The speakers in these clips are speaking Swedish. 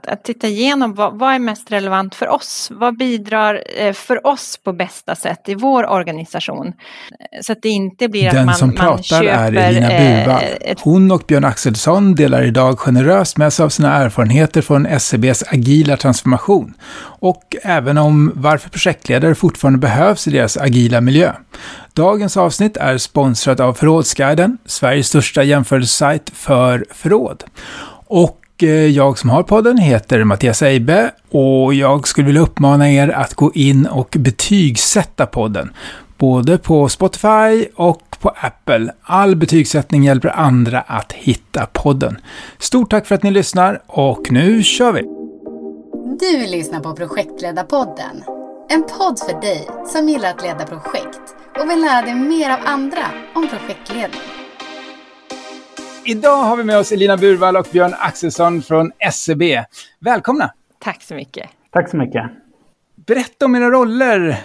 att titta igenom vad är mest relevant för oss. Vad bidrar för oss på bästa sätt i vår organisation. Så att det inte blir Den att man som pratar köper, är Elina Burwall. Hon och Björn Axelsson delar idag generöst med sig av sina erfarenheter från SCBs agila transformation. Och även om varför projektledare fortfarande behövs i deras agila miljö. Dagens avsnitt är sponsrat av Förrådsguiden, Sveriges största jämförelsesajt för förråd. Och jag som har podden heter Mattias Eibe och jag skulle vilja uppmana er att gå in och betygsätta podden. Både på Spotify och på Apple. All betygssättning hjälper andra att hitta podden. Stort tack för att ni lyssnar och nu kör vi! Du lyssnar på Projektledarpodden. En podd för dig som gillar att leda projekt och vill lära dig mer av andra om projektledning. Idag har vi med oss Elina Burwall och Björn Axelsson från SCB. Välkomna! Tack så mycket. Tack så mycket. Berätta om era roller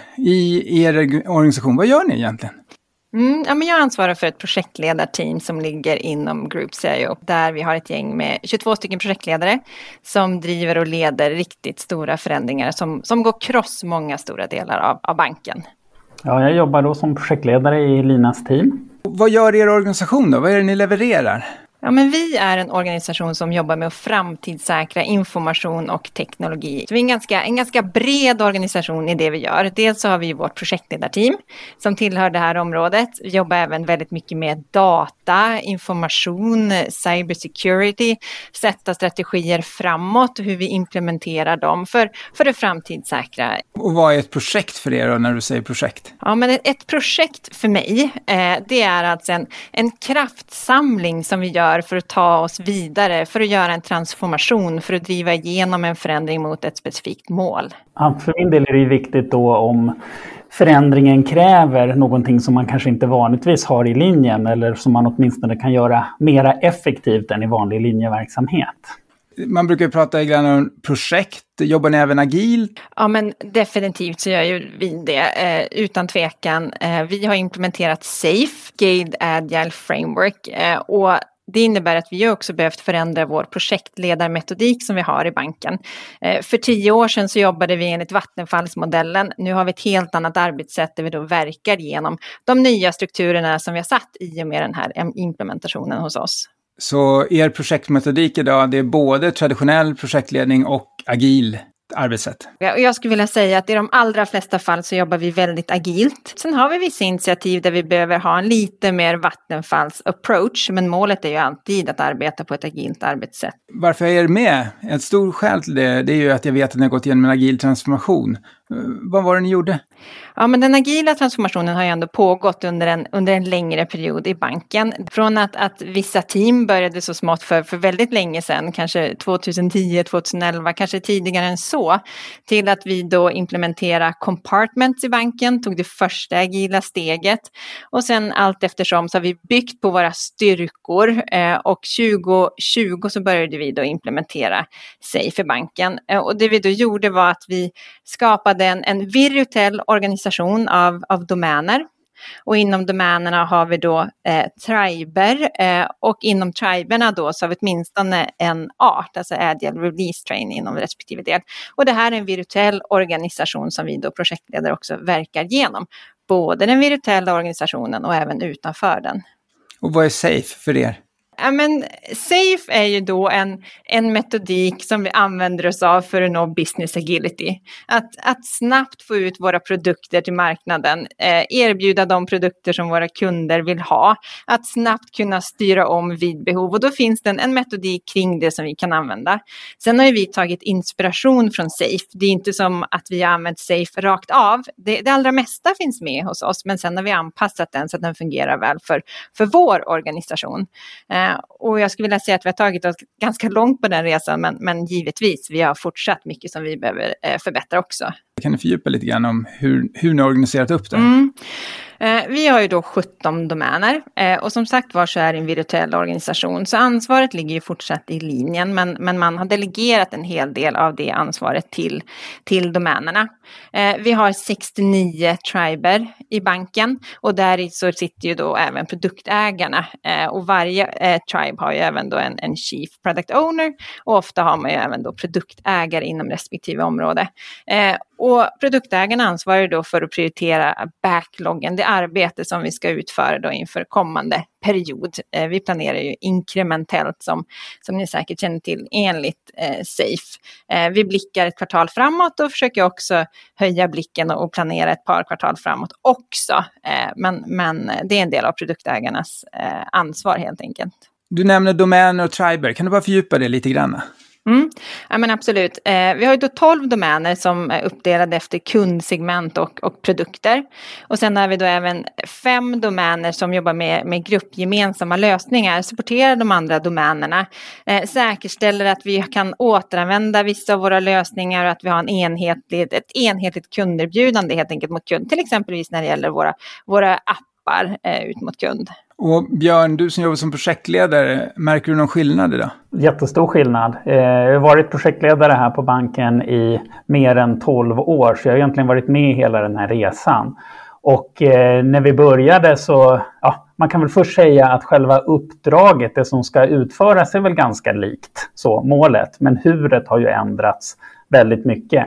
i er organisation. Vad gör ni egentligen? Ja, men jag ansvarar för ett projektledarteam som ligger inom Group CIO. Där vi har ett gäng med 22 stycken projektledare som driver och leder riktigt stora förändringar som går kross många stora delar av banken. Ja, jag jobbar då som projektledare i Linas team. Vad gör er organisation då? Vad är det ni levererar? Ja, men vi är en organisation som jobbar med att framtidssäkra information och teknologi. Så vi är en ganska bred organisation i det vi gör. Dels så har vi vårt projektledarteam som tillhör det här området. Vi jobbar även väldigt mycket med data, information, cybersecurity, sätta strategier framåt och hur vi implementerar dem för det framtidssäkra. Och vad är ett projekt för er då när du säger projekt? Ja, men ett projekt för mig, det är alltså en kraftsamling som vi gör för att ta oss vidare, för att göra en transformation, för att driva igenom en förändring mot ett specifikt mål. Ja, för min del är det viktigt då om förändringen kräver någonting som man kanske inte vanligtvis har i linjen eller som man åtminstone kan göra mera effektivt än i vanlig linjeverksamhet. Man brukar prata ibland om projekt. Jobbar ni även agilt? Ja, men definitivt så gör ju vi det. Utan tvekan. Vi har implementerat SAFE, Scaled Agile Framework. Och det innebär att vi också behövt förändra vår projektledarmetodik som vi har i banken. För 10 år sedan så jobbade vi enligt Vattenfallsmodellen. Nu har vi ett helt annat arbetssätt där vi då verkar genom de nya strukturerna som vi har satt i och med den här implementationen hos oss. Så er projektmetodik idag, det är både traditionell projektledning och agil arbetssätt? Jag skulle vilja säga att i de allra flesta fall så jobbar vi väldigt agilt. Sen har vi vissa initiativ där vi behöver ha en lite mer Vattenfalls approach, men målet är ju alltid att arbeta på ett agilt arbetssätt. Varför är er med? Ett stort skäl till det är ju att jag vet att ni har gått igenom en agil transformation. Vad var det ni gjorde? Ja, men den agila transformationen har ju ändå pågått under en längre period i banken. Från att vissa team började så smått för väldigt länge sedan, kanske 2010, 2011, kanske tidigare än så, till att vi då implementerar compartments i banken, tog det första agila steget och sen allt eftersom så har vi byggt på våra styrkor och 2020 så började vi då implementera SAFE i banken. Och det vi då gjorde var att vi skapade en virtuell organisation av domäner. Och inom domänerna har vi då triber och inom triberna då så har vi åtminstone en art, alltså Agile Release Train inom respektive del. Och det här är en virtuell organisation som vi då projektledare också verkar genom. Både den virtuella organisationen och även utanför den. Och vad är SAFE för er? Ja, men SAFE är ju då en metodik som vi använder oss av för att nå business agility. Att snabbt få ut våra produkter till marknaden, erbjuda de produkter som våra kunder vill ha, att snabbt kunna styra om vid behov. Och då finns det en metodik kring det som vi kan använda. Sen har ju vi tagit inspiration från SAFE. Det är inte som att vi har använt SAFE rakt av. Det allra mesta finns med hos oss, men sen har vi anpassat den så att den fungerar väl för vår organisation. Och jag skulle vilja säga att vi har tagit oss ganska långt på den resan, men givetvis, vi har fortsatt mycket som vi behöver förbättra också. Kan ni fördjupa lite grann om hur ni har organiserat upp det? Vi har ju då 17 domäner och som sagt var så är det en virtuell organisation så ansvaret ligger ju fortsatt i linjen men man har delegerat en hel del av det ansvaret till domänerna. Vi har 69 triber i banken och där så sitter ju då även produktägarna och varje tribe har ju även då en chief product owner och ofta har man ju även då produktägare inom respektive område. Och produktägarna ansvarar då för att prioritera backloggen, det arbete som vi ska utföra då inför kommande period. Vi planerar ju inkrementellt som ni säkert känner till enligt SAFE. Vi blickar ett kvartal framåt och försöker också höja blicken och planera ett par kvartal framåt också. Men det är en del av produktägarnas ansvar helt enkelt. Du nämner domäner och triber. Kan du bara fördjupa det lite grann? Ja men absolut. Vi har ju då 12 domäner som är uppdelade efter kundsegment och produkter. Och sen har vi då även 5 domäner som jobbar med gruppgemensamma lösningar, supporterar de andra domänerna, säkerställer att vi kan återanvända vissa av våra lösningar och att vi har ett enhetligt kunderbjudande helt enkelt mot kund. Till exempelvis när det gäller våra appar ut mot kund. Och Björn, du som jobbar som projektledare, märker du någon skillnad idag? Jättestor skillnad. Jag har varit projektledare här på banken i mer än 12 år så jag har egentligen varit med i hela den här resan. Och när vi började så, man kan väl först säga att själva uppdraget, det som ska utföras är väl ganska likt så målet. Men huret har ju ändrats väldigt mycket.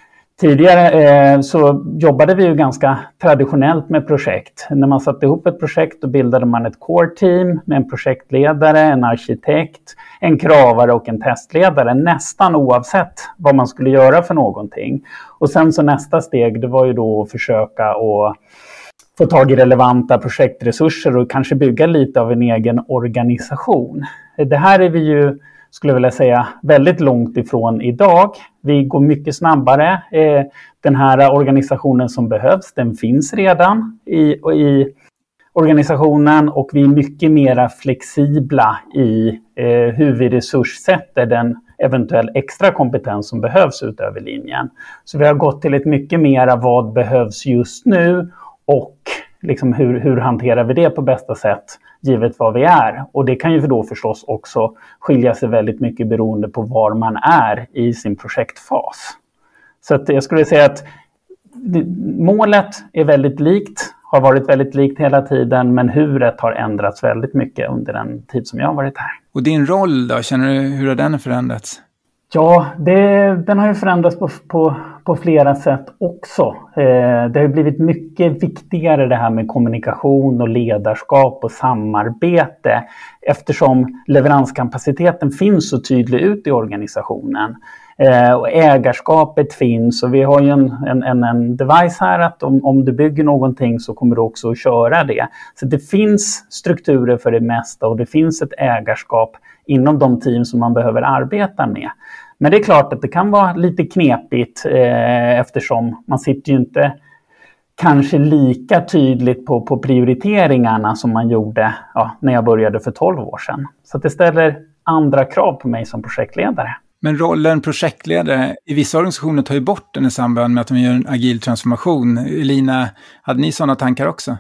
Tidigare så jobbade vi ju ganska traditionellt med projekt. När man satte ihop ett projekt då bildade man ett core team med en projektledare, en arkitekt, en kravare och en testledare. Nästan oavsett vad man skulle göra för någonting. Och sen så nästa steg det var ju då att försöka att få tag i relevanta projektresurser och kanske bygga lite av en egen organisation. Det här är vi ju, skulle jag vilja säga, väldigt långt ifrån idag. Vi går mycket snabbare. Den här organisationen som behövs, den finns redan i organisationen och vi är mycket mer flexibla i hur vi resurssätter den eventuell extra kompetens som behövs utöver linjen. Så vi har gått till ett mycket mer vad behövs just nu och liksom hur hanterar vi det på bästa sätt givet vad vi är. Och det kan ju då förstås också skilja sig väldigt mycket beroende på var man är i sin projektfas. Så att jag skulle säga att målet är väldigt likt, har varit väldigt likt hela tiden, men huret har ändrats väldigt mycket under den tid som jag har varit här. Och din roll då, känner du hur har den förändrats? Ja, den har ju förändrats på flera sätt också. Det har blivit mycket viktigare det här med kommunikation och ledarskap och samarbete eftersom leveranskapaciteten finns så tydligt ut i organisationen. Och ägarskapet finns och vi har ju en device här att om du bygger någonting så kommer du också att köra det. Så det finns strukturer för det mesta och det finns ett ägarskap inom de team som man behöver arbeta med. Men det är klart att det kan vara lite knepigt eftersom man sitter ju inte kanske lika tydligt på prioriteringarna som man gjorde när jag började för 12 år sedan. Så det ställer andra krav på mig som projektledare. Men rollen projektledare i vissa organisationer tar ju bort den i samband med att de gör en agil transformation. Elina, hade ni sådana tankar också?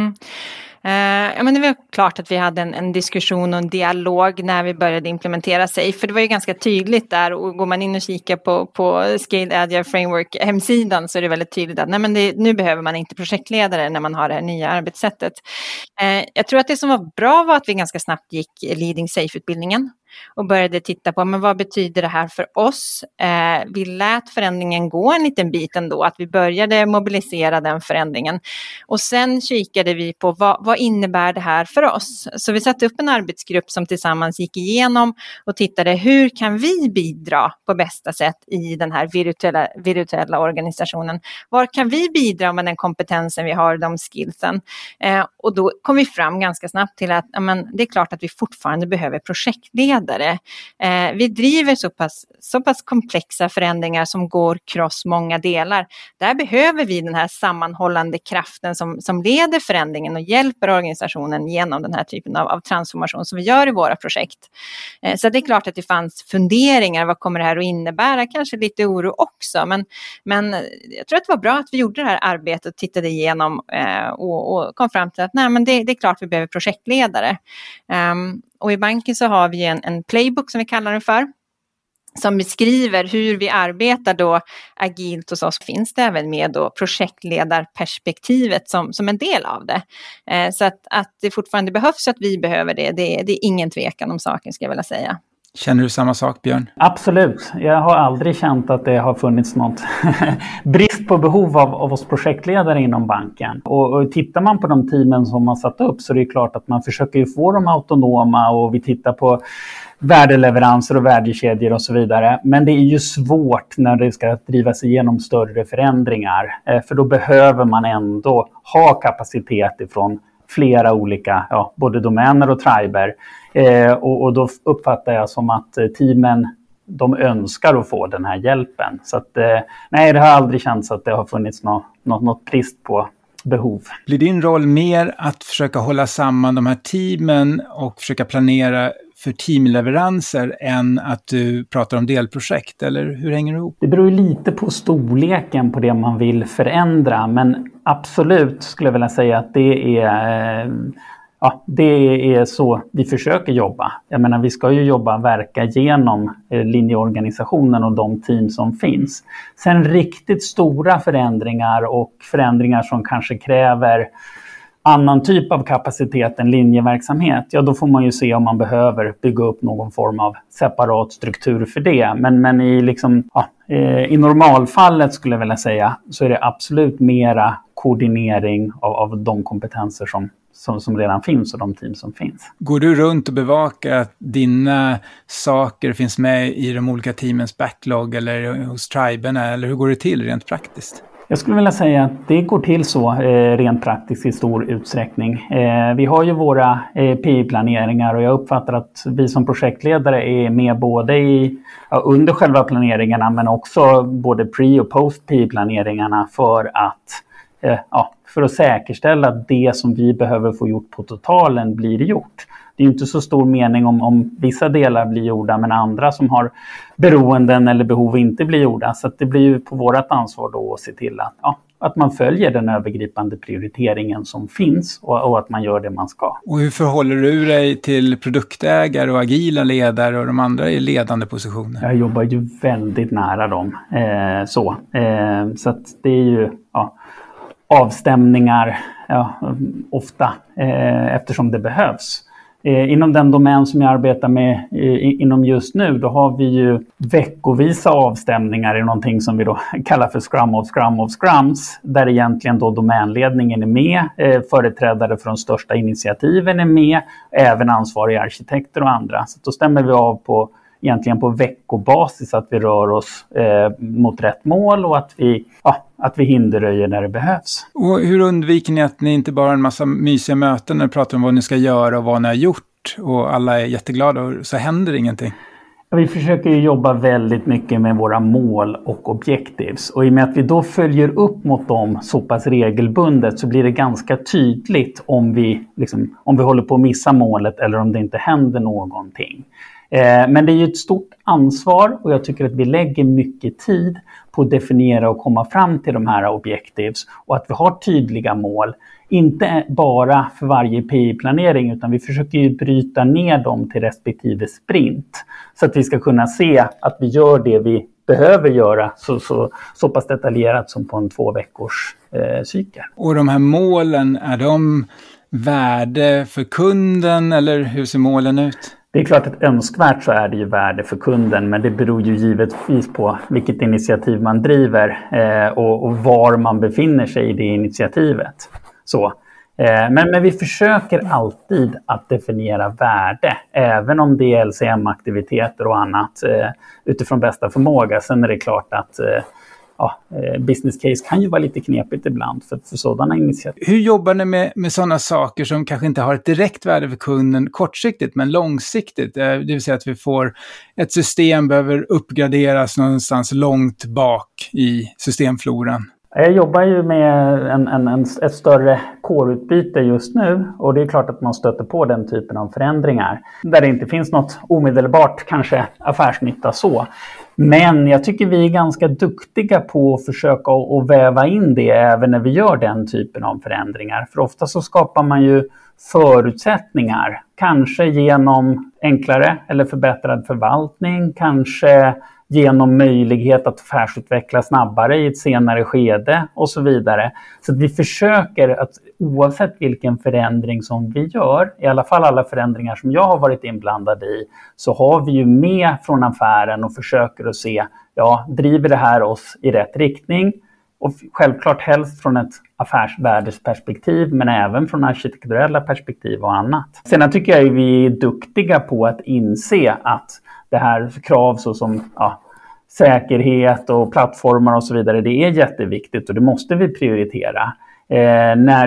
Ja, men det var klart att vi hade en diskussion och en dialog när vi började implementera SAFE. För det var ju ganska tydligt där och går man in och kikar på Scaled Agile Framework hemsidan så är det väldigt tydligt att nu behöver man inte projektledare när man har det här nya arbetssättet. Jag tror att det som var bra var att vi ganska snabbt gick Leading SAFE-utbildningen. Och började titta på vad betyder det här för oss. Vi lät förändringen gå en liten bit ändå. Att vi började mobilisera den förändringen. Och sen kikade vi på vad innebär det här för oss. Så vi satte upp en arbetsgrupp som tillsammans gick igenom och tittade hur kan vi bidra på bästa sätt i den här virtuella organisationen. Var kan vi bidra med den kompetensen vi har, de skillsen. Och då kom vi fram ganska snabbt till att det är klart att vi fortfarande behöver projektledare. projektledare. Vi driver så pass komplexa förändringar som går kross många delar. Där behöver vi den här sammanhållande kraften som leder förändringen och hjälper organisationen genom den här typen av transformation som vi gör i våra projekt. Så det är klart att det fanns funderingar, vad kommer det här att innebära? Kanske lite oro också, men jag tror att det var bra att vi gjorde det här arbetet och tittade igenom och kom fram till att men det är klart vi behöver projektledare. Och i banken så har vi en playbook som vi kallar den för, som beskriver hur vi arbetar då agilt hos oss. Finns det även med då projektledarperspektivet som en del av det. Så att det fortfarande behövs att vi behöver det är ingen tvekan om saken, ska jag vilja säga. Känner du samma sak, Björn? Absolut. Jag har aldrig känt att det har funnits något brist på behov av oss projektledare inom banken. Och tittar man på de teamen som man satt upp så är det klart att man försöker ju få dem autonoma, och vi tittar på värdeleveranser och värdekedjor och så vidare. Men det är ju svårt när det ska drivas igenom större förändringar. För då behöver man ändå ha kapacitet ifrån flera olika, både domäner och triber. Och då uppfattar jag som att teamen, de önskar att få den här hjälpen. Så att, nej, det har aldrig känts att det har funnits något brist på behov. Blir din roll mer att försöka hålla samman de här teamen och försöka planera för teamleveranser än att du pratar om delprojekt, eller hur hänger det ihop? Det beror ju lite på storleken på det man vill förändra, men absolut skulle jag vilja säga att det är så vi försöker jobba. Jag menar, vi ska ju verka genom linjeorganisationen och de team som finns. Sen riktigt stora förändringar och förändringar som kanske kräver annan typ av kapacitet än linjeverksamhet, då får man ju se om man behöver bygga upp någon form av separat struktur för det. Men i normalfallet skulle jag vilja säga så är det absolut mera koordinering av de kompetenser som redan finns och de team som finns. Går du runt och bevakar att dina saker finns med i de olika teamens backlog eller hos triberna, eller hur går det till rent praktiskt? Jag skulle vilja säga att det går till så rent praktiskt i stor utsträckning. Vi har ju våra PI-planeringar och jag uppfattar att vi som projektledare är med både under själva planeringarna men också både pre- och post-PI-planeringarna för att säkerställa att det som vi behöver få gjort på totalen blir gjort. Det är ju inte så stor mening om vissa delar blir gjorda men andra som har beroenden eller behov inte blir gjorda. Så att det blir ju på vårt ansvar då att se till att man följer den övergripande prioriteringen som finns och att man gör det man ska. Och hur förhåller du dig till produktägare och agila ledare och de andra i ledande positioner? Jag jobbar ju väldigt nära dem. Så att det är ju avstämningar ofta eftersom det behövs. Inom den domän som jag arbetar med inom just nu, då har vi ju veckovisa avstämningar i någonting som vi då kallar för Scrum of Scrums, där egentligen då domänledningen är med, företrädare för de största initiativen är med, även ansvariga arkitekter och andra. Så då stämmer vi av egentligen på veckobasis att vi rör oss mot rätt mål och att vi hinderröjer när det behövs. Och hur undviker ni att ni inte bara har en massa mysiga möten när ni pratar om vad ni ska göra och vad ni har gjort och alla är jätteglada och så händer ingenting? Vi försöker ju jobba väldigt mycket med våra mål och objectives, och i och med att vi då följer upp mot dem så pass regelbundet så blir det ganska tydligt om vi håller på att missa målet eller om det inte händer någonting. Men det är ju ett stort ansvar och jag tycker att vi lägger mycket tid på att definiera och komma fram till de här objectives och att vi har tydliga mål. Inte bara för varje PI-planering utan vi försöker ju bryta ner dem till respektive sprint så att vi ska kunna se att vi gör det vi behöver göra så pass detaljerat som på en 2 veckors cykel. Och de här målen, är de värde för kunden eller hur ser målen ut? Det är klart att önskvärt så är det ju värde för kunden, men det beror ju givetvis på vilket initiativ man driver och var man befinner sig i det initiativet. Men vi försöker alltid att definiera värde, även om det är LCM-aktiviteter och annat utifrån bästa förmåga. Sen är det klart att business case kan ju vara lite knepigt ibland för sådana initiativ. Hur jobbar ni med sådana saker som kanske inte har ett direkt värde för kunden kortsiktigt men långsiktigt? Det vill säga att vi får ett system behöver uppgraderas någonstans långt bak i systemfloran. Jag jobbar ju med ett större core-utbyte just nu och det är klart att man stöter på den typen av förändringar där det inte finns något omedelbart kanske affärsnytta så. Men jag tycker vi är ganska duktiga på att försöka att väva in det även när vi gör den typen av förändringar. För ofta så skapar man ju förutsättningar, kanske genom enklare eller förbättrad förvaltning, kanske genom möjlighet att affärsutveckla snabbare i ett senare skede och så vidare. Så att vi försöker att oavsett vilken förändring som vi gör, i alla fall alla förändringar som jag har varit inblandad i, så har vi ju med från affären och försöker att se, driver det här oss i rätt riktning? Och självklart helst från ett affärsvärdesperspektiv men även från arkitekturella perspektiv och annat. Sen tycker jag att vi är duktiga på att inse att det här krav såsom säkerhet och plattformar och så vidare, det är jätteviktigt och det måste vi prioritera. När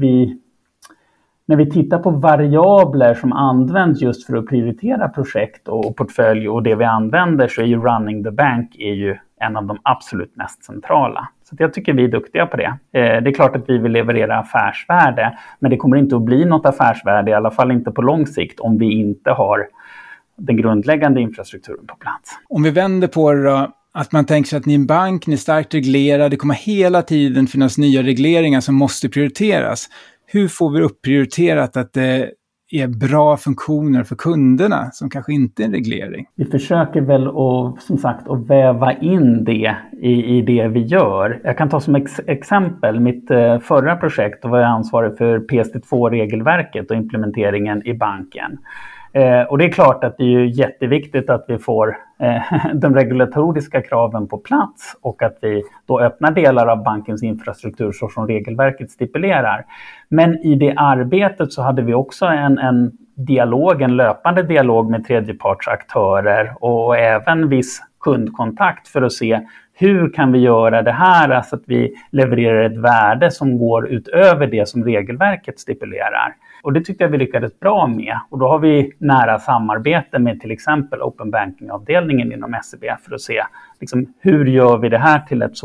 vi tittar på variabler som används just för att prioritera projekt och portfölj och det vi använder, så är ju running the bank är ju en av de absolut mest centrala. Så jag tycker vi är duktiga på det. Det är klart att vi vill leverera affärsvärde, men det kommer inte att bli något affärsvärde, i alla fall inte på lång sikt, om vi inte har den grundläggande infrastrukturen på plats. Om vi vänder på det då, att man tänker sig att ni är en bank, ni är starkt reglerade, det kommer hela tiden finnas nya regleringar som måste prioriteras. Hur får vi upprioriterat att det är bra funktioner för kunderna som kanske inte är en reglering? Vi försöker väl att väva in det i det vi gör. Jag kan ta som exempel mitt förra projekt, då var jag ansvarig för PSD2-regelverket och implementeringen i banken. Och det är klart att det är ju jätteviktigt att vi får de regulatoriska kraven på plats och att vi då öppnar delar av bankens infrastruktur så som regelverket stipulerar. Men i det arbetet så hade vi också en löpande dialog med tredjepartsaktörer och även viss kundkontakt för att se hur kan vi göra det här så att vi levererar ett värde som går utöver det som regelverket stipulerar. Och det tyckte jag vi lyckades bra med. Och då har vi nära samarbete med till exempel Open Banking-avdelningen inom SEB för att se hur gör vi det här till ett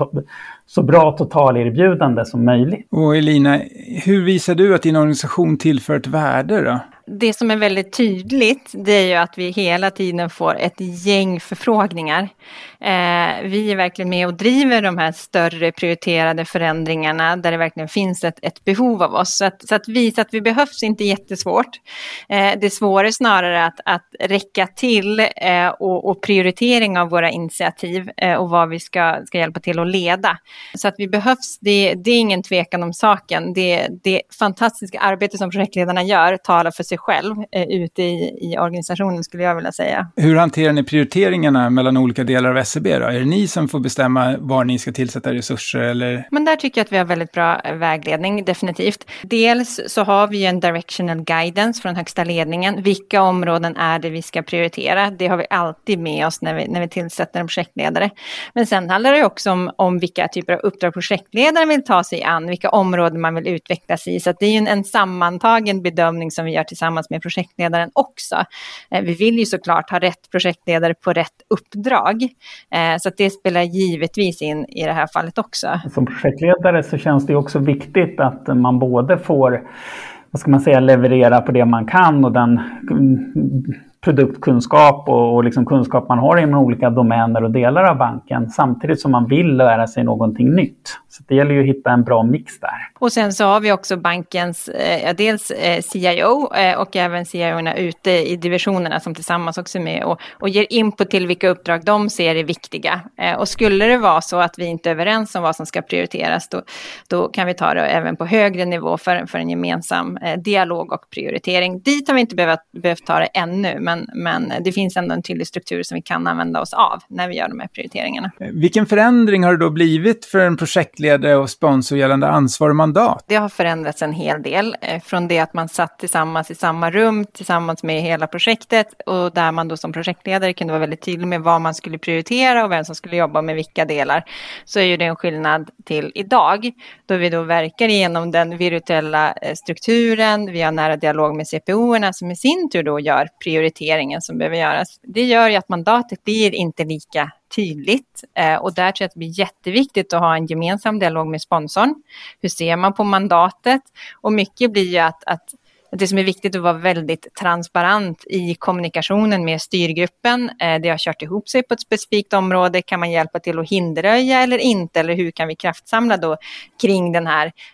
så bra totalerbjudande som möjligt. Och Elina, hur visar du att din organisation tillför ett värde då? Det som är väldigt tydligt, det är ju att vi hela tiden får ett gäng förfrågningar. Vi är verkligen med och driver de här större prioriterade förändringarna där det verkligen finns ett behov av oss. Så att visa att vi behövs inte jättesvårt. Det svåra är snarare att räcka till och prioritering av våra initiativ och vad vi ska hjälpa till att leda. Så att vi behövs, det är ingen tvekan om saken. Det fantastiska arbete som projektledarna gör talar för sig själv ute i organisationen, skulle jag vilja säga. Hur hanterar ni prioriteringarna mellan olika delar av SEB då? Är det ni som får bestämma var ni ska tillsätta resurser eller? Men där tycker jag att vi har väldigt bra vägledning, definitivt. Dels så har vi en directional guidance från högsta ledningen. Vilka områden är det vi ska prioritera? Det har vi alltid med oss när vi tillsätter en projektledare. Men sen handlar det också om vilka typer av uppdrag projektledaren vill ta sig an, vilka områden man vill utvecklas i. Så att det är ju en sammantagen bedömning som vi gör tillsammans med projektledaren också. Vi vill ju såklart ha rätt projektledare på rätt uppdrag. Så att det spelar givetvis in i det här fallet också. Som projektledare så känns det också viktigt att man både får, leverera på det man kan och den produktkunskap och kunskap man har inom olika domäner och delar av banken, samtidigt som man vill lära sig någonting nytt. Så det gäller ju att hitta en bra mix där. Och sen så har vi också bankens dels CIO och även CIO-erna ute i divisionerna som tillsammans också är med och ger input till vilka uppdrag de ser är viktiga. Och skulle det vara så att vi inte är överens om vad som ska prioriteras, då kan vi ta det även på högre nivå för en gemensam dialog och prioritering. Dit har vi inte behövt ta det ännu, men det finns ändå en tydlig struktur som vi kan använda oss av när vi gör de här prioriteringarna. Vilken förändring har det då blivit för en projektledare och sponsor gällande ansvar och mandat? Det har förändrats en hel del. Från det att man satt tillsammans i samma rum tillsammans med hela projektet och där man då som projektledare kunde vara väldigt tydlig med vad man skulle prioritera och vem som skulle jobba med vilka delar, så är ju det en skillnad till idag då vi då verkar igenom den virtuella strukturen. Vi har nära dialog med CPO-erna som i sin tur då gör prioriteringen som behöver göras. Det gör ju att mandatet blir inte lika tydligt och där tror jag att det blir jätteviktigt att ha en gemensam dialog med sponsorn. Hur ser man på mandatet? Och mycket blir ju att det som är viktigt att vara väldigt transparent i kommunikationen med styrgruppen. Det har kört ihop sig på ett specifikt område. Kan man hjälpa till att hindröja eller inte? Eller hur kan vi kraftsamla då kring det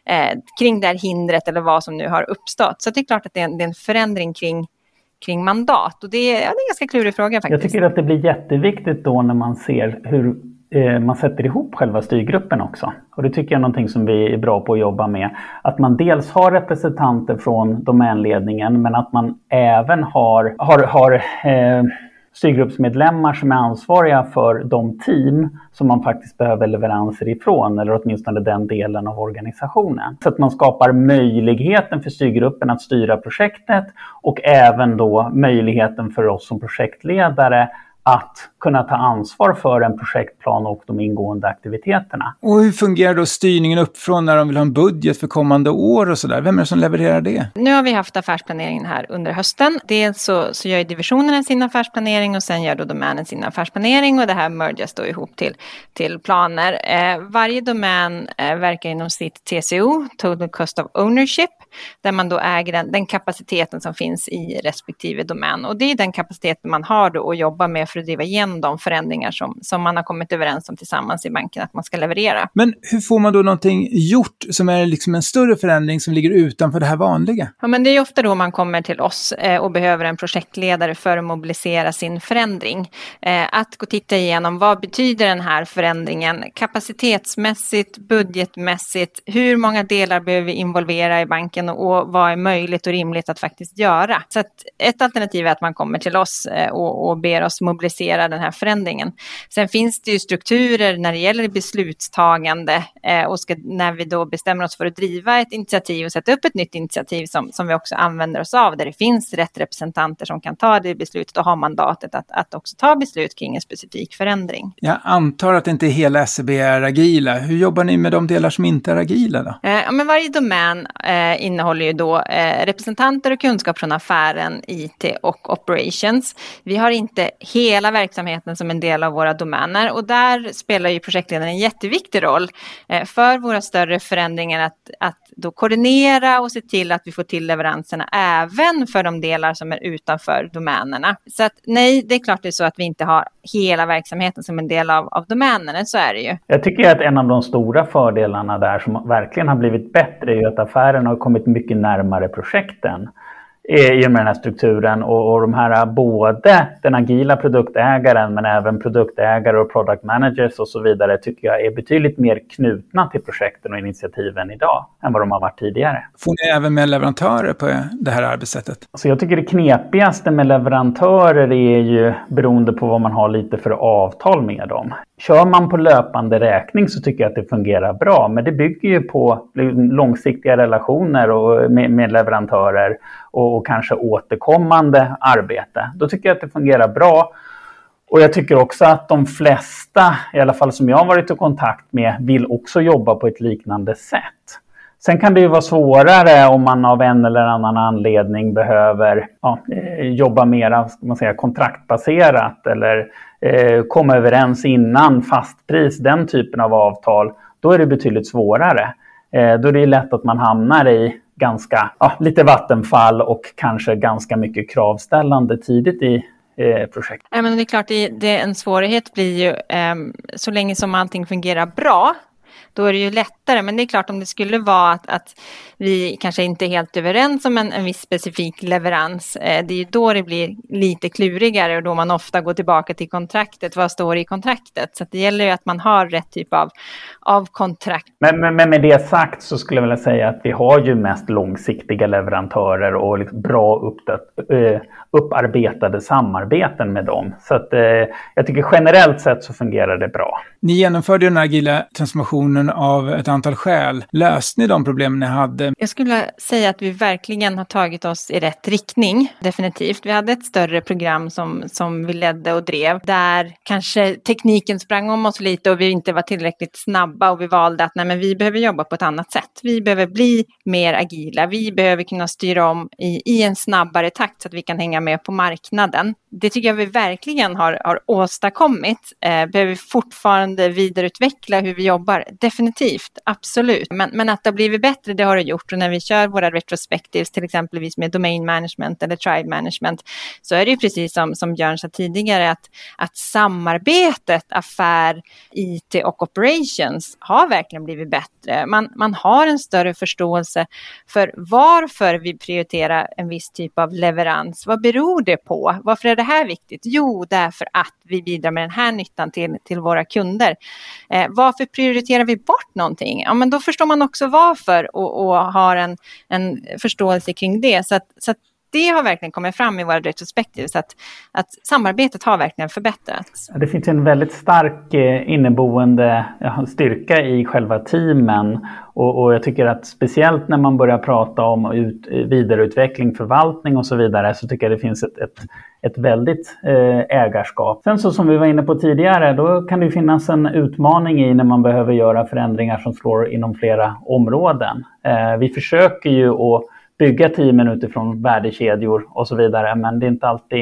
här hindret eller vad som nu har uppstått? Så det är klart att det är en förändring kring mandat. Och det är en ganska klurig fråga faktiskt. Jag tycker att det blir jätteviktigt då när man ser hur man sätter ihop själva styrgruppen också. Och det tycker jag är någonting som vi är bra på att jobba med. Att man dels har representanter från domänledningen men att man även har styrgruppsmedlemmar som är ansvariga för de team som man faktiskt behöver leveranser ifrån eller åtminstone den delen av organisationen. Så att man skapar möjligheten för styrgruppen att styra projektet och även då möjligheten för oss som projektledare att kunna ta ansvar för en projektplan och de ingående aktiviteterna. Och hur fungerar då styrningen uppifrån när de vill ha en budget för kommande år och sådär? Vem är det som levererar det? Nu har vi haft affärsplaneringen här under hösten. Dels så gör divisionerna sin affärsplanering och sen gör då domänen sin affärsplanering och det här mergas då ihop till planer. Varje domän verkar inom sitt TCO, Total Cost of Ownership, där man då äger den kapaciteten som finns i respektive domän. Och det är den kapaciteten man har då att jobba med för att driva igenom de förändringar som man har kommit överens om tillsammans i banken att man ska leverera. Men hur får man då någonting gjort som är liksom en större förändring som ligger utanför det här vanliga? Ja, men det är ofta då man kommer till oss och behöver en projektledare för att mobilisera sin förändring. Att gå och titta igenom vad betyder den här förändringen kapacitetsmässigt, budgetmässigt, hur många delar behöver vi involvera i banken och vad är möjligt och rimligt att faktiskt göra. Så att ett alternativ är att man kommer till oss och ber oss mobilisera den här förändringen. Sen finns det ju strukturer när det gäller beslutstagande och när vi då bestämmer oss för att driva ett initiativ och sätta upp ett nytt initiativ som vi också använder oss av där det finns rätt representanter som kan ta det beslutet och ha mandatet att också ta beslut kring en specifik förändring. Jag antar att inte hela SEB är agila. Hur jobbar ni med de delar som inte är agila då? Men varje domän innehåller ju då representanter och kunskap från affären, IT och operations. Vi har inte hela verksamheten som en del av våra domäner och där spelar ju projektledaren en jätteviktig roll för våra större förändringar att då koordinera och se till att vi får till leveranserna även för de delar som är utanför domänerna. Så att nej, det är klart det är så att vi inte har hela verksamheten som en del av domänerna, så är det ju. Jag tycker att en av de stora fördelarna där som verkligen har blivit bättre är ju att affären har kommit mycket närmare projekten i och med den här strukturen och de här både den agila produktägaren men även produktägare och product managers och så vidare tycker jag är betydligt mer knutna till projekten och initiativen idag än vad de har varit tidigare. Får ni även med leverantörer på det här arbetssättet? Så jag tycker det knepigaste med leverantörer är ju beroende på vad man har lite för avtal med dem. Kör man på löpande räkning så tycker jag att det fungerar bra, men det bygger ju på långsiktiga relationer och med leverantörer och kanske återkommande arbete. Då tycker jag att det fungerar bra. Och jag tycker också att de flesta, i alla fall som jag har varit i kontakt med, vill också jobba på ett liknande sätt. Sen kan det ju vara svårare om man av en eller annan anledning behöver jobba mer kontraktbaserat eller komma överens innan fastpris, den typen av avtal. Då är det betydligt svårare. Då är det lätt att man hamnar i lite vattenfall och kanske ganska mycket kravställande tidigt i projekt. Ja, men det är klart, en svårighet blir ju så länge som allting fungerar bra. Då är det ju lätt lättare. Men det är klart, om det skulle vara att vi kanske inte är helt överens om en viss specifik leverans, det är ju då det blir lite klurigare och då man ofta går tillbaka till kontraktet. Vad står i kontraktet? Så att det gäller ju att man har rätt typ av kontrakt. Men med det sagt så skulle jag vilja säga att vi har ju mest långsiktiga leverantörer och liksom bra upparbetade samarbeten med dem. Så att jag tycker generellt sett så fungerar det bra. Ni genomförde den agila transformationen av ett antal skäl. Löste ni de problem ni hade? Jag skulle säga att vi verkligen har tagit oss i rätt riktning, definitivt. Vi hade ett större program som vi ledde och drev, där kanske tekniken sprang om oss lite och vi inte var tillräckligt snabba och vi valde att vi behöver jobba på ett annat sätt. Vi behöver bli mer agila, vi behöver kunna styra om i en snabbare takt så att vi kan hänga med på marknaden. Det tycker jag vi verkligen har åstadkommit. Behöver vi fortfarande vidareutveckla hur vi jobbar? Definitivt, absolut. Men att det har blivit bättre, det har det gjort. Och när vi kör våra retrospectives, till exempelvis med domain management eller tribe management, så är det ju precis som Björn sa tidigare, att samarbetet, affär, IT och operations har verkligen blivit bättre. Man har en större förståelse för varför vi prioriterar en viss typ av leverans. Vad beror det på? Varför är det här viktigt? Jo, därför att vi bidrar med den här nyttan till våra kunder. Varför prioriterar vi bort någonting? Ja, men då förstår man också varför och har en förståelse kring det. Så att det har verkligen kommit fram i våra retrospektiv, så att samarbetet har verkligen förbättrats. Det finns en väldigt stark inneboende styrka i själva teamen och jag tycker att speciellt när man börjar prata om vidareutveckling, förvaltning och så vidare, så tycker jag det finns ett väldigt ägarskap. Sen så som vi var inne på tidigare, då kan det finnas en utmaning i när man behöver göra förändringar som slår inom flera områden. Vi försöker ju att bygga teamen utifrån värdekedjor och så vidare, men det är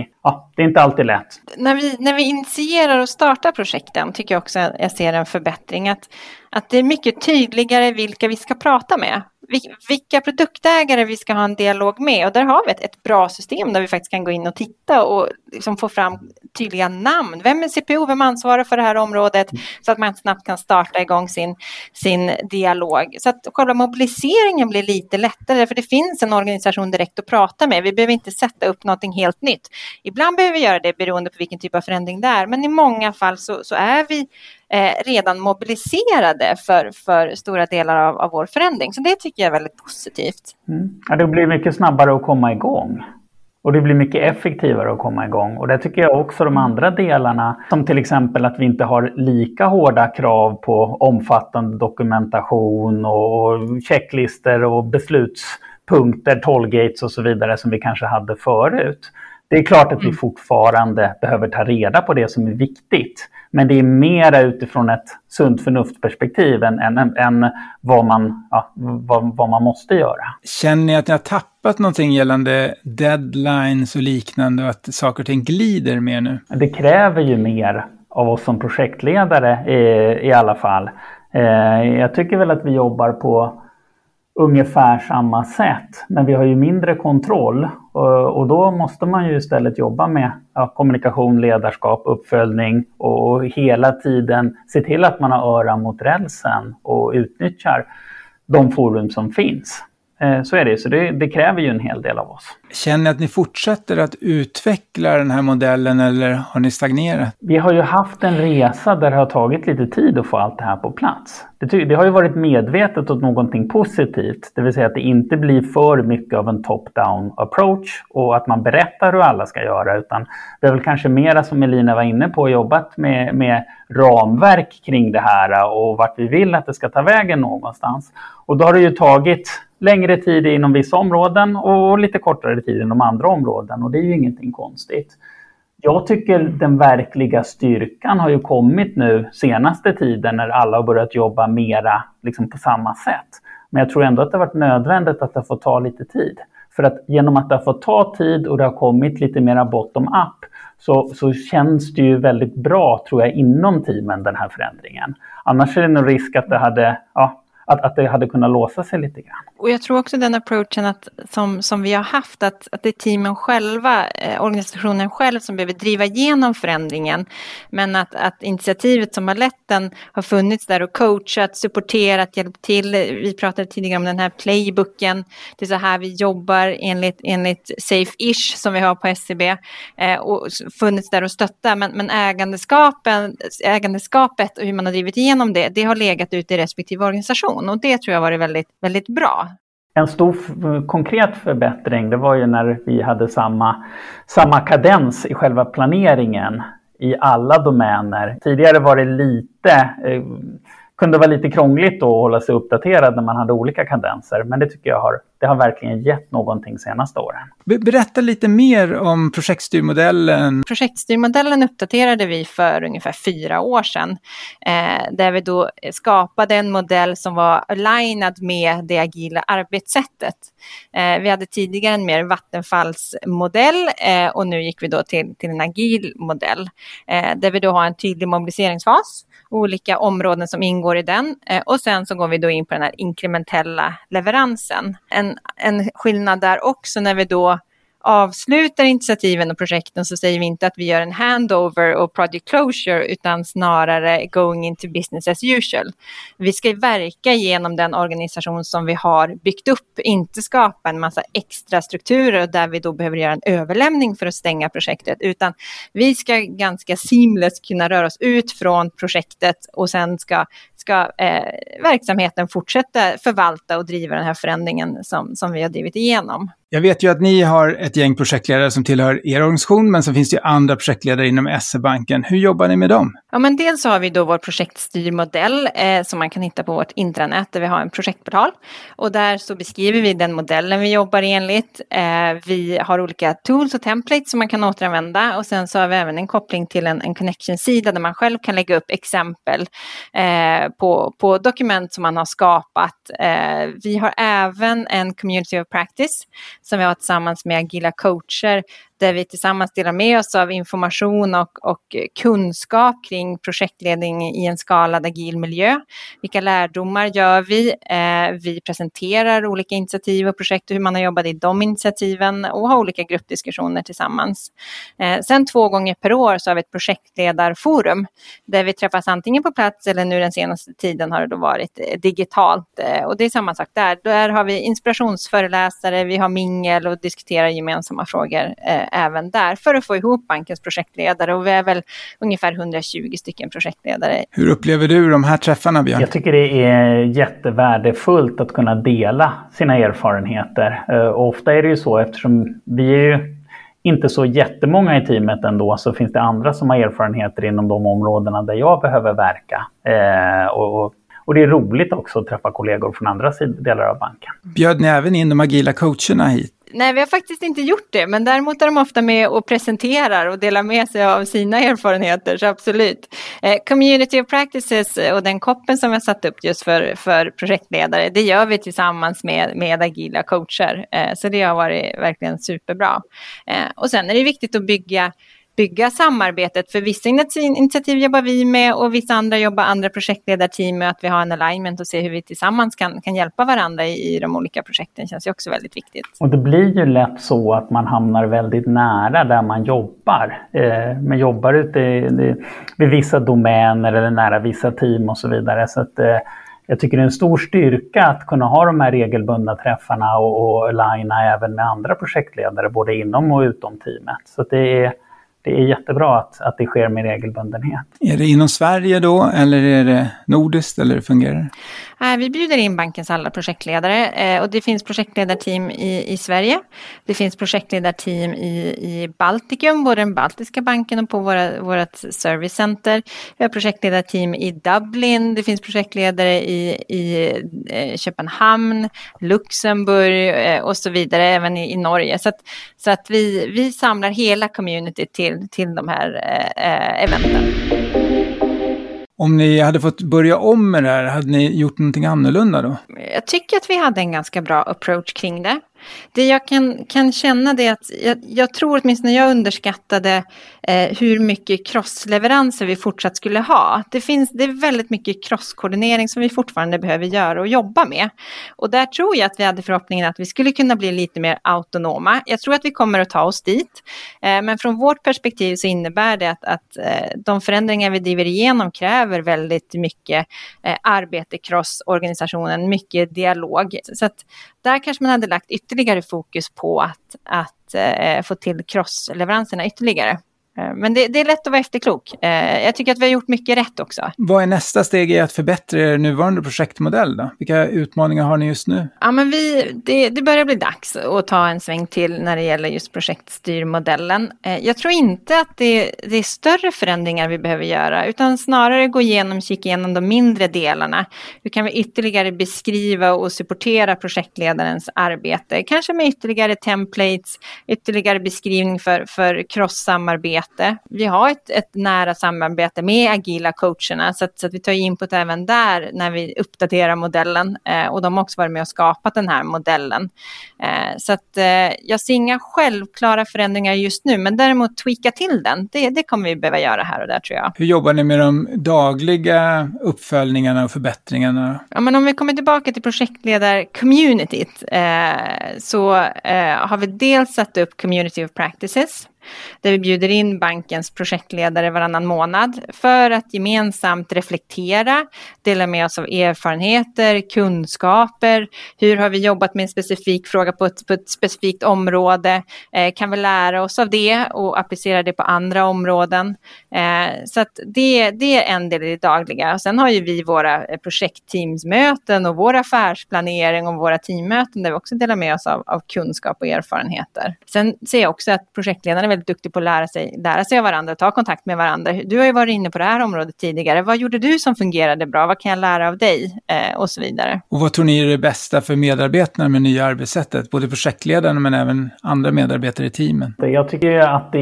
inte alltid lätt. När vi initierar och startar projekten tycker jag också att jag ser en förbättring, att det är mycket tydligare vilka vi ska prata med. Vilka produktägare vi ska ha en dialog med, och där har vi ett bra system där vi faktiskt kan gå in och titta och liksom få fram tydliga namn. Vem är CPO, vem ansvarar för det här området, så att man snabbt kan starta igång sin dialog. Så att själva mobiliseringen blir lite lättare, för det finns en organisation direkt att prata med. Vi behöver inte sätta upp någonting helt nytt. Ibland behöver vi göra det beroende på vilken typ av förändring det är, men i många fall så är vi redan mobiliserade för stora delar av vår förändring. Så det tycker jag är väldigt positivt. Ja, det blir mycket snabbare att komma igång. Och det blir mycket effektivare att komma igång. Och det tycker jag också de andra delarna, som till exempel att vi inte har lika hårda krav på omfattande dokumentation och checklister och beslutspunkter, tollgates och så vidare som vi kanske hade förut. Det är klart att vi fortfarande behöver ta reda på det som är viktigt. Men det är mera utifrån ett sunt förnuftperspektiv än vad man måste göra. Känner ni att ni har tappat någonting gällande deadlines och liknande och att saker och ting glider mer nu? Det kräver ju mer av oss som projektledare i alla fall. Jag tycker väl att vi jobbar på ungefär samma sätt, men vi har ju mindre kontroll och då måste man ju istället jobba med kommunikation, ledarskap, uppföljning och hela tiden se till att man har öra mot rälsen och utnyttjar de forum som finns. Så är det, så det kräver ju en hel del av oss. Känner ni att ni fortsätter att utveckla den här modellen eller har ni stagnerat? Vi har ju haft en resa där det har tagit lite tid att få allt det här på plats. Det har ju varit medvetet åt någonting positivt, det vill säga att det inte blir för mycket av en top-down approach och att man berättar hur alla ska göra, utan det är väl kanske mera som Elina var inne på, jobbat med ramverk kring det här och vart vi vill att det ska ta vägen någonstans. Och då har det ju tagit längre tid inom vissa områden och lite kortare tid inom andra områden, och det är ju ingenting konstigt. Jag tycker den verkliga styrkan har ju kommit nu senaste tiden när alla har börjat jobba mera liksom på samma sätt. Men jag tror ändå att det har varit nödvändigt att det får ta lite tid. För att genom att det har fått ta tid och det har kommit lite mera bottom-up så känns det ju väldigt bra, tror jag, inom teamen, den här förändringen. Annars är det nog risk att det hade kunnat låsa sig lite grann. Och jag tror också den approachen som vi har haft, att det är teamen själva, organisationen själv som behöver driva igenom förändringen. Men att initiativet som har lett den har funnits där och coachat, supporterat, hjälpt till. Vi pratade tidigare om den här playbooken. Det är så här vi jobbar enligt Safe-ish som vi har på SCB. Och funnits där och stötta. Men ägandeskapet och hur man har drivit igenom det har legat ute i respektive organisation. Och det tror jag har varit väldigt, väldigt bra. En stor konkret förbättring, det var ju när vi hade samma kadens i själva planeringen i alla domäner. Tidigare var det kunde vara lite krångligt att hålla sig uppdaterad när man hade olika kadenser. Men det tycker jag det har verkligen gett någonting senaste åren. Berätta lite mer om projektstyrmodellen. Projektstyrmodellen uppdaterade vi för ungefär 4 år sedan. Där vi då skapade en modell som var alignad med det agila arbetssättet. Vi hade tidigare en mer vattenfallsmodell och nu gick vi då till en agil modell. Där vi då har en tydlig mobiliseringsfas. Olika områden som ingår i den och sen så går vi då in på den här inkrementella leveransen. En skillnad där också när vi då avslutar initiativen och projekten så säger vi inte att vi gör en handover och project closure utan snarare going into business as usual. Vi ska verka genom den organisation som vi har byggt upp, inte skapa en massa extra strukturer där vi då behöver göra en överlämning för att stänga projektet, utan vi ska ganska seamless kunna röra oss ut från projektet och sen ska verksamheten fortsätta förvalta och driva den här förändringen som vi har drivit igenom. Jag vet ju att ni har ett gäng projektledare som tillhör er organisation, men så finns det ju andra projektledare inom SE-banken. Hur jobbar ni med dem? Ja, men dels så har vi då vår projektstyrmodell som man kan hitta på vårt intranät där vi har en projektportal. Och där så beskriver vi den modellen vi jobbar enligt. Vi har olika tools och templates som man kan återanvända. Och sen så har vi även en koppling till en connection-sida där man själv kan lägga upp exempel på dokument som man har skapat. Vi har även en community of practice som vi har tillsammans med agila coacher där vi tillsammans delar med oss av information och kunskap kring projektledning i en skalad agil miljö. Vilka lärdomar gör vi? Vi presenterar olika initiativ och projekt och hur man har jobbat i de initiativen och har olika gruppdiskussioner tillsammans. Sen 2 gånger per år så har vi ett projektledarforum där vi träffas antingen på plats eller nu den senaste tiden har det då varit digitalt. Och det är samma sak där. Där har vi inspirationsföreläsare, vi har mingel och diskuterar gemensamma frågor även där för att få ihop bankens projektledare, och vi är väl ungefär 120 stycken projektledare. Hur upplever du de här träffarna, Björn? Jag tycker det är jättevärdefullt att kunna dela sina erfarenheter. Och ofta är det ju så, eftersom vi är ju inte så jättemånga i teamet ändå, så finns det andra som har erfarenheter inom de områdena där jag behöver verka. Och det är roligt också att träffa kollegor från andra delar av banken. Bjöd ni även in de agila coacherna hit? Nej, vi har faktiskt inte gjort det, men däremot är de ofta med och presenterar och delar med sig av sina erfarenheter, så absolut. Community of practices och den koppen som vi har satt upp just för projektledare, det gör vi tillsammans med agila coacher, så det har varit verkligen superbra. Och sen är det viktigt att bygga samarbetet, för vissa initiativ jobbar vi med och vissa andra projektledarteam med, att vi har en alignment och se hur vi tillsammans kan hjälpa varandra i de olika projekten känns ju också väldigt viktigt. Och det blir ju lätt så att man hamnar väldigt nära där man jobbar. Man jobbar ute vid vissa domäner eller nära vissa team och så vidare, så att jag tycker det är en stor styrka att kunna ha de här regelbundna träffarna och aligna även med andra projektledare både inom och utom teamet. Så att det är jättebra att det sker med regelbundenhet. Är det inom Sverige då, eller är det nordiskt, eller hur fungerar det? Vi bjuder in bankens alla projektledare och det finns projektledarteam i Sverige. Det finns projektledarteam i Baltikum, både den baltiska banken och på vårt servicecenter. Vi har projektledarteam i Dublin, det finns projektledare i Köpenhamn, Luxemburg och så vidare, även i Norge. Så att vi samlar hela community till de här eventen. Om ni hade fått börja om med det här, hade ni gjort någonting annorlunda då? Jag tycker att vi hade en ganska bra approach kring det. Det jag kan känna det är att jag tror åtminstone jag underskattade hur mycket crossleveranser vi fortsatt skulle ha. Det är väldigt mycket crosskoordinering som vi fortfarande behöver göra och jobba med. Och där tror jag att vi hade förhoppningen att vi skulle kunna bli lite mer autonoma. Jag tror att vi kommer att ta oss dit. Men från vårt perspektiv så innebär det att de förändringar vi driver igenom kräver väldigt mycket arbete, crossorganisationen, mycket dialog. Så att där kanske man hade lagt ytterligare fokus på att få till crossleveranserna ytterligare. Men det är lätt att vara efterklok. Jag tycker att vi har gjort mycket rätt också. Vad är nästa steg i att förbättra er nuvarande projektmodell då? Vilka utmaningar har ni just nu? Ja, men det börjar bli dags att ta en sväng till när det gäller just projektstyrmodellen. Jag tror inte att det är större förändringar vi behöver göra, utan snarare kika igenom de mindre delarna. Hur kan vi ytterligare beskriva och supportera projektledarens arbete? Kanske med ytterligare templates, ytterligare beskrivning för cross-samarbete. Vi har ett nära samarbete med agila coacherna så att vi tar input även där när vi uppdaterar modellen, och de har också varit med och skapat den här modellen. Så att jag ser inga självklara förändringar just nu, men däremot tweaka till den. Det kommer vi behöva göra här och där, tror jag. Hur jobbar ni med de dagliga uppföljningarna och förbättringarna? Ja, men om vi kommer tillbaka till projektledar-communityt så har vi dels satt upp Community of Practices, där vi bjuder in bankens projektledare varannan månad för att gemensamt reflektera, dela med oss av erfarenheter, kunskaper, hur har vi jobbat med en specifik fråga på ett specifikt område, kan vi lära oss av det och applicera det på andra områden. Så att det är en del i det dagliga. Och sen har ju vi våra projektteamsmöten och vår affärsplanering och våra teammöten där vi också delar med oss av kunskap och erfarenheter. Sen ser jag också att projektledarna är väldigt duktiga på att lära sig av varandra, ta kontakt med varandra. Du har ju varit inne på det här området tidigare. Vad gjorde du som fungerade bra? Vad kan jag lära av dig? Och så vidare. Och vad tror ni är det bästa för medarbetarna med nya arbetssättet? Både projektledarna men även andra medarbetare i teamen. Jag tycker att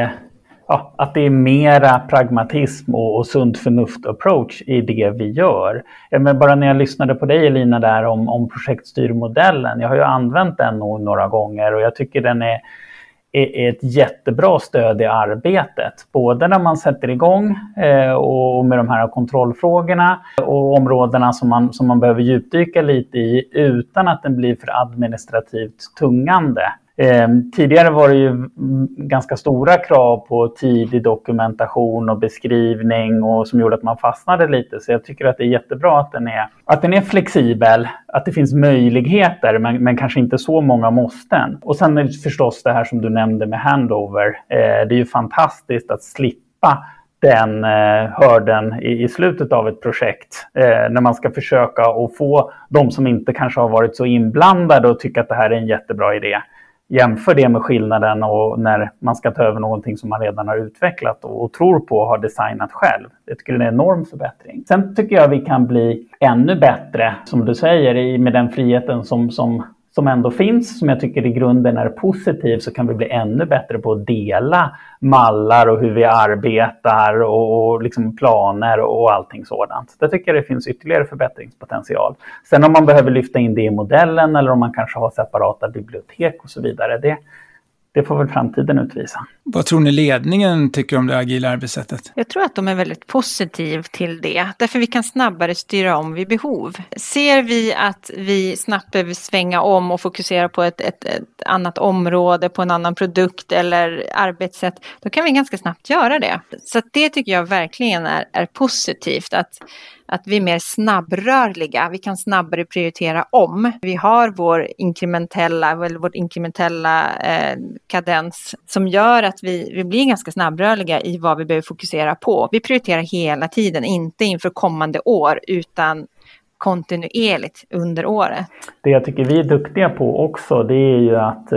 det är mera pragmatism och sunt förnuft-approach i det vi gör. Men bara när jag lyssnade på dig, Elina, där om projektstyrmodellen. Jag har ju använt den några gånger och jag tycker den är ett jättebra stöd i arbetet. Både när man sätter igång och med de här kontrollfrågorna och områdena som man behöver djupdyka lite i utan att den blir för administrativt tungande. Tidigare var det ju ganska stora krav på tidig dokumentation och beskrivning och som gjorde att man fastnade lite. Så jag tycker att det är jättebra att den är flexibel, att det finns möjligheter men kanske inte så många måsten. Och sen är förstås det här som du nämnde med handover. Det är ju fantastiskt att slippa den hörden i slutet av ett projekt när man ska försöka att få de som inte kanske har varit så inblandade och tycka att det här är en jättebra idé. Jämför det med skillnaden och när man ska ta över någonting som man redan har utvecklat och tror på och har designat själv. Jag tycker det är en enorm förbättring. Sen tycker jag vi kan bli ännu bättre, som du säger, med den friheten som ändå finns, som jag tycker i grunden är positiv, så kan vi bli ännu bättre på att dela mallar och hur vi arbetar och liksom planer och allting sådant. Där tycker jag det finns ytterligare förbättringspotential. Sen om man behöver lyfta in det i modellen eller om man kanske har separata bibliotek och så vidare, det får väl framtiden utvisa. Vad tror ni ledningen tycker om det agila arbetssättet? Jag tror att de är väldigt positiva till det. Därför vi kan snabbare styra om vid behov. Ser vi att vi snabbt behöver svänga om och fokusera på ett annat område, på en annan produkt eller arbetssätt, då kan vi ganska snabbt göra det. Så det tycker jag verkligen är positivt. Att vi är mer snabbrörliga. Vi kan snabbare prioritera om. Vi har vårt inkrementella kadens som gör att vi blir ganska snabbrörliga i vad vi behöver fokusera på. Vi prioriterar hela tiden, inte inför kommande år utan kontinuerligt under året. Det jag tycker vi är duktiga på också, det är ju att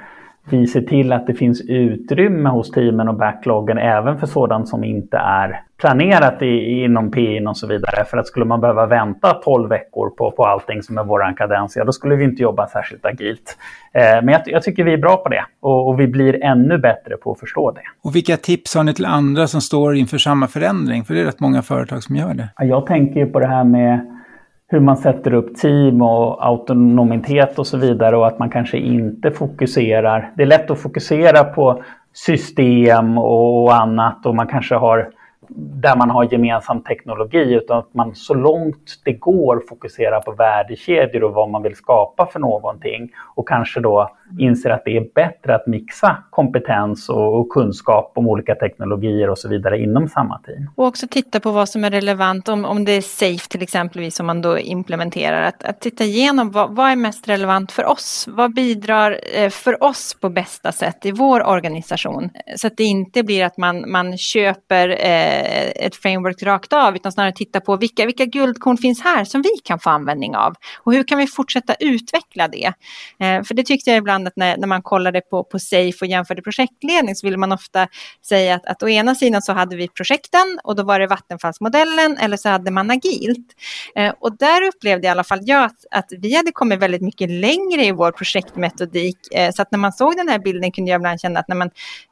vi ser till att det finns utrymme hos teamen och backloggen även för sådant som inte är planerat inom PIN och så vidare. För att skulle man behöva vänta 12 veckor på allting som är våran kadens, då skulle vi inte jobba särskilt agilt. Men jag tycker vi är bra på det och vi blir ännu bättre på att förstå det. Och vilka tips har ni till andra som står inför samma förändring? För det är rätt många företag som gör det. Jag tänker ju på det här med hur man sätter upp team och autonomitet och så vidare, och att man kanske inte fokuserar. Det är lätt att fokusera på system och annat, och man kanske har där man har gemensam teknologi, utan att man så långt det går fokuserar på värdekedjor och vad man vill skapa för någonting, och kanske då inser att det är bättre att mixa kompetens och kunskap om olika teknologier och så vidare inom samma team. Och också titta på vad som är relevant, om det är safe till exempel som man då implementerar, att titta igenom vad är mest relevant för oss, vad bidrar för oss på bästa sätt i vår organisation, så att det inte blir att man köper ett framework rakt av, utan snarare titta på vilka guldkorn finns här som vi kan få användning av, och hur kan vi fortsätta utveckla det. För det tyckte jag ibland att när man kollade på SAFE och jämförde projektledning, så ville man ofta säga att å ena sidan så hade vi projekten och då var det vattenfallsmodellen, eller så hade man agilt. Och där upplevde i alla fall jag att vi hade kommit väldigt mycket längre i vår projektmetodik, så att när man såg den här bilden kunde jag ibland känna att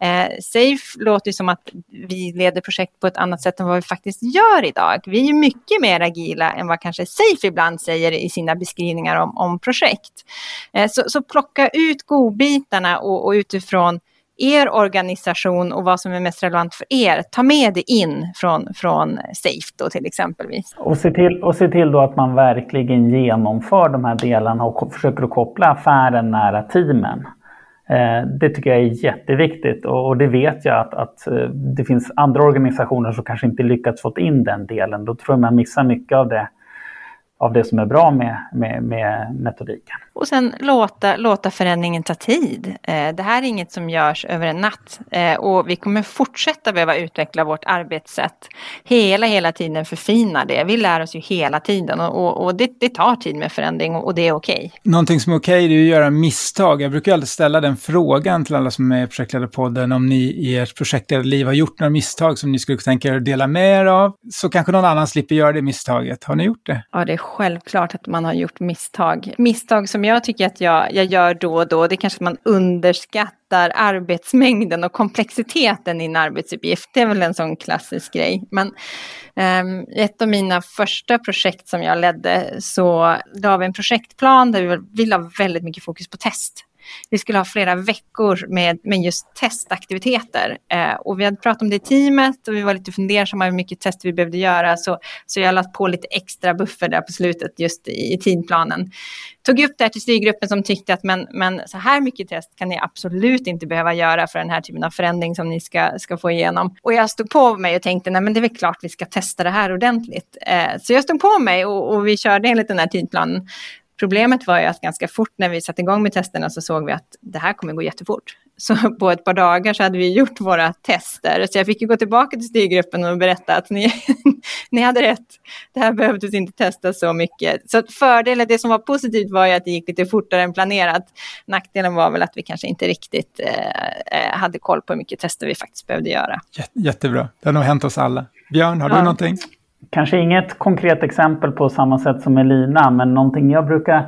SAFE låter som att vi leder projekt på ett annat sätt än vad vi faktiskt gör idag. Vi är ju mycket mer agila än vad kanske SAFE ibland säger i sina beskrivningar om projekt. Så plocka ut godbitarna och utifrån er organisation och vad som är mest relevant för er, ta med det in från SAFE då till exempelvis. Och se till då att man verkligen genomför de här delarna och försöker att koppla affären nära teamen. Det tycker jag är jätteviktigt, och det vet jag att det finns andra organisationer som kanske inte lyckats få in den delen. Då tror jag man missar mycket av det som är bra med metodiken. Och sen låta förändringen ta tid. Det här är inget som görs över en natt. Och vi kommer fortsätta behöva utveckla vårt arbetssätt. Hela tiden förfina det. Vi lär oss ju hela tiden. Och det tar tid med förändring, och det är okej. Någonting som är okej, det är att göra misstag. Jag brukar alltid ställa den frågan till alla som är i Projektledarpodden. Om ni i ert projektledarliv har gjort några misstag som ni skulle tänka er att dela med er av, så kanske någon annan slipper göra det misstaget. Har ni gjort det? Ja, det är självklart att man har gjort misstag. Misstag som jag tycker att jag gör då och då, det är kanske att man underskattar arbetsmängden och komplexiteten i en arbetsuppgift. Det är väl en sån klassisk grej. Men ett av mina första projekt som jag ledde, så la vi en projektplan där vi la väldigt mycket fokus på test. Vi skulle ha flera veckor med just testaktiviteter. Och vi hade pratat om det i teamet och vi var lite fundersamma hur mycket test vi behövde göra. Så jag lagt på lite extra buffer där på slutet just i tidplanen. Tog upp det här till styrgruppen som tyckte att men så här mycket test kan ni absolut inte behöva göra för den här typen av förändring som ni ska få igenom. Och jag stod på mig och tänkte, nej men det är väl klart vi ska testa det här ordentligt. Så jag stod på mig och vi körde enligt den här tidplanen. Problemet var ju att ganska fort när vi satte igång med testerna så såg vi att det här kommer gå jättefort. Så på ett par dagar så hade vi gjort våra tester. Så jag fick ju gå tillbaka till styrgruppen och berätta att ni hade rätt. Det här behövdes inte testas så mycket. Så fördelen, det som var positivt var ju att det gick lite fortare än planerat. Nackdelen var väl att vi kanske inte riktigt hade koll på hur mycket tester vi faktiskt behövde göra. Jättebra. Det har nog hänt oss alla. Björn, har du någonting? Kanske inget konkret exempel på samma sätt som Elina, men någonting jag brukar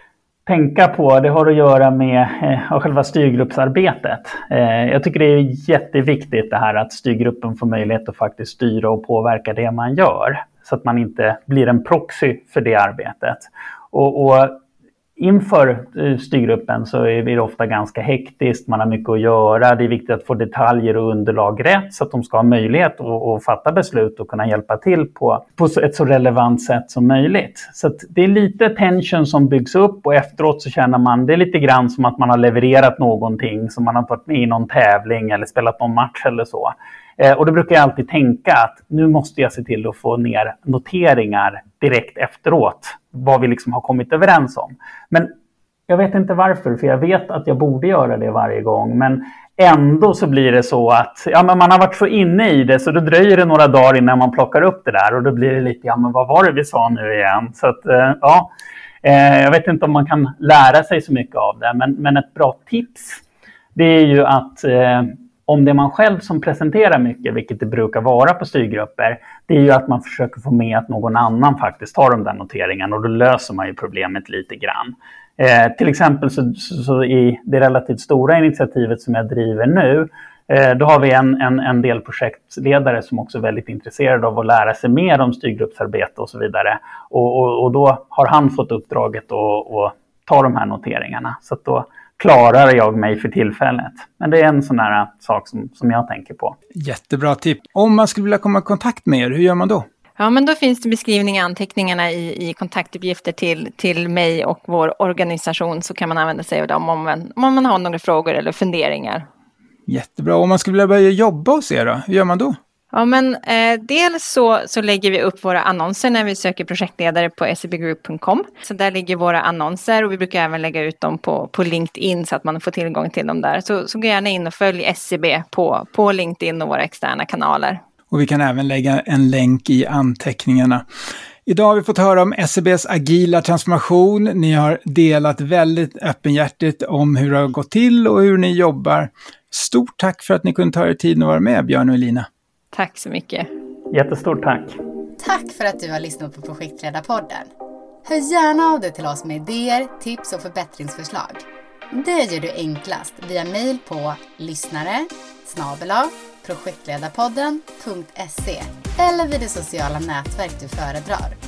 tänka på, det har att göra med själva styrgruppsarbetet. Jag tycker det är jätteviktigt det här att styrgruppen får möjlighet att faktiskt styra och påverka det man gör, så att man inte blir en proxy för det arbetet. Och inför styrgruppen så är det ofta ganska hektiskt, man har mycket att göra, det är viktigt att få detaljer och underlag rätt så att de ska ha möjlighet att fatta beslut och kunna hjälpa till på ett så relevant sätt som möjligt. Så att det är lite tension som byggs upp och efteråt så känner man, det är lite grann som att man har levererat någonting som man har varit med i någon tävling eller spelat någon match eller så. Och då brukar jag alltid tänka att nu måste jag se till att få ner noteringar direkt efteråt. Vad vi liksom har kommit överens om. Men jag vet inte varför, för jag vet att jag borde göra det varje gång. Men ändå så blir det så att men man har varit så inne i det så då dröjer det några dagar innan man plockar upp det där. Och då blir det lite, men vad var det vi sa nu igen? Så att jag vet inte om man kan lära sig så mycket av det. Men ett bra tips, det är ju att om det är man själv som presenterar mycket, vilket det brukar vara på styrgrupper, det är ju att man försöker få med att någon annan faktiskt tar de där noteringarna och då löser man ju problemet lite grann. Till exempel så i det relativt stora initiativet som jag driver nu Då har vi en del projektledare som också är väldigt intresserade av att lära sig mer om styrgruppsarbete och så vidare. Och då har han fått uppdraget att ta de här noteringarna. Så att då klarar jag mig för tillfället. Men det är en sån här sak som jag tänker på. Jättebra tips. Om man skulle vilja komma i kontakt med er, hur gör man då? Ja, men då finns det beskrivningar och anteckningarna i kontaktuppgifter till mig och vår organisation, så kan man använda sig av dem om man har några frågor eller funderingar. Jättebra. Om man skulle vilja börja jobba hos er då, hur gör man då? Ja, men dels så lägger vi upp våra annonser när vi söker projektledare på sebgroup.com. Så där ligger våra annonser, och vi brukar även lägga ut dem på LinkedIn så att man får tillgång till dem där. Så gå gärna in och följ SCB på LinkedIn och våra externa kanaler. Och vi kan även lägga en länk i anteckningarna. Idag har vi fått höra om SCBs agila transformation. Ni har delat väldigt öppenhjärtigt om hur det har gått till och hur ni jobbar. Stort tack för att ni kunde ta er tid att vara med, Björn och Elina. Tack så mycket. Jättestort tack. Tack för att du har lyssnat på Projektledarpodden. Hör gärna av dig till oss med idéer, tips och förbättringsförslag. Det gör du enklast via mejl på lyssnare@projektledarpodden.se eller vid det sociala nätverk du föredrar.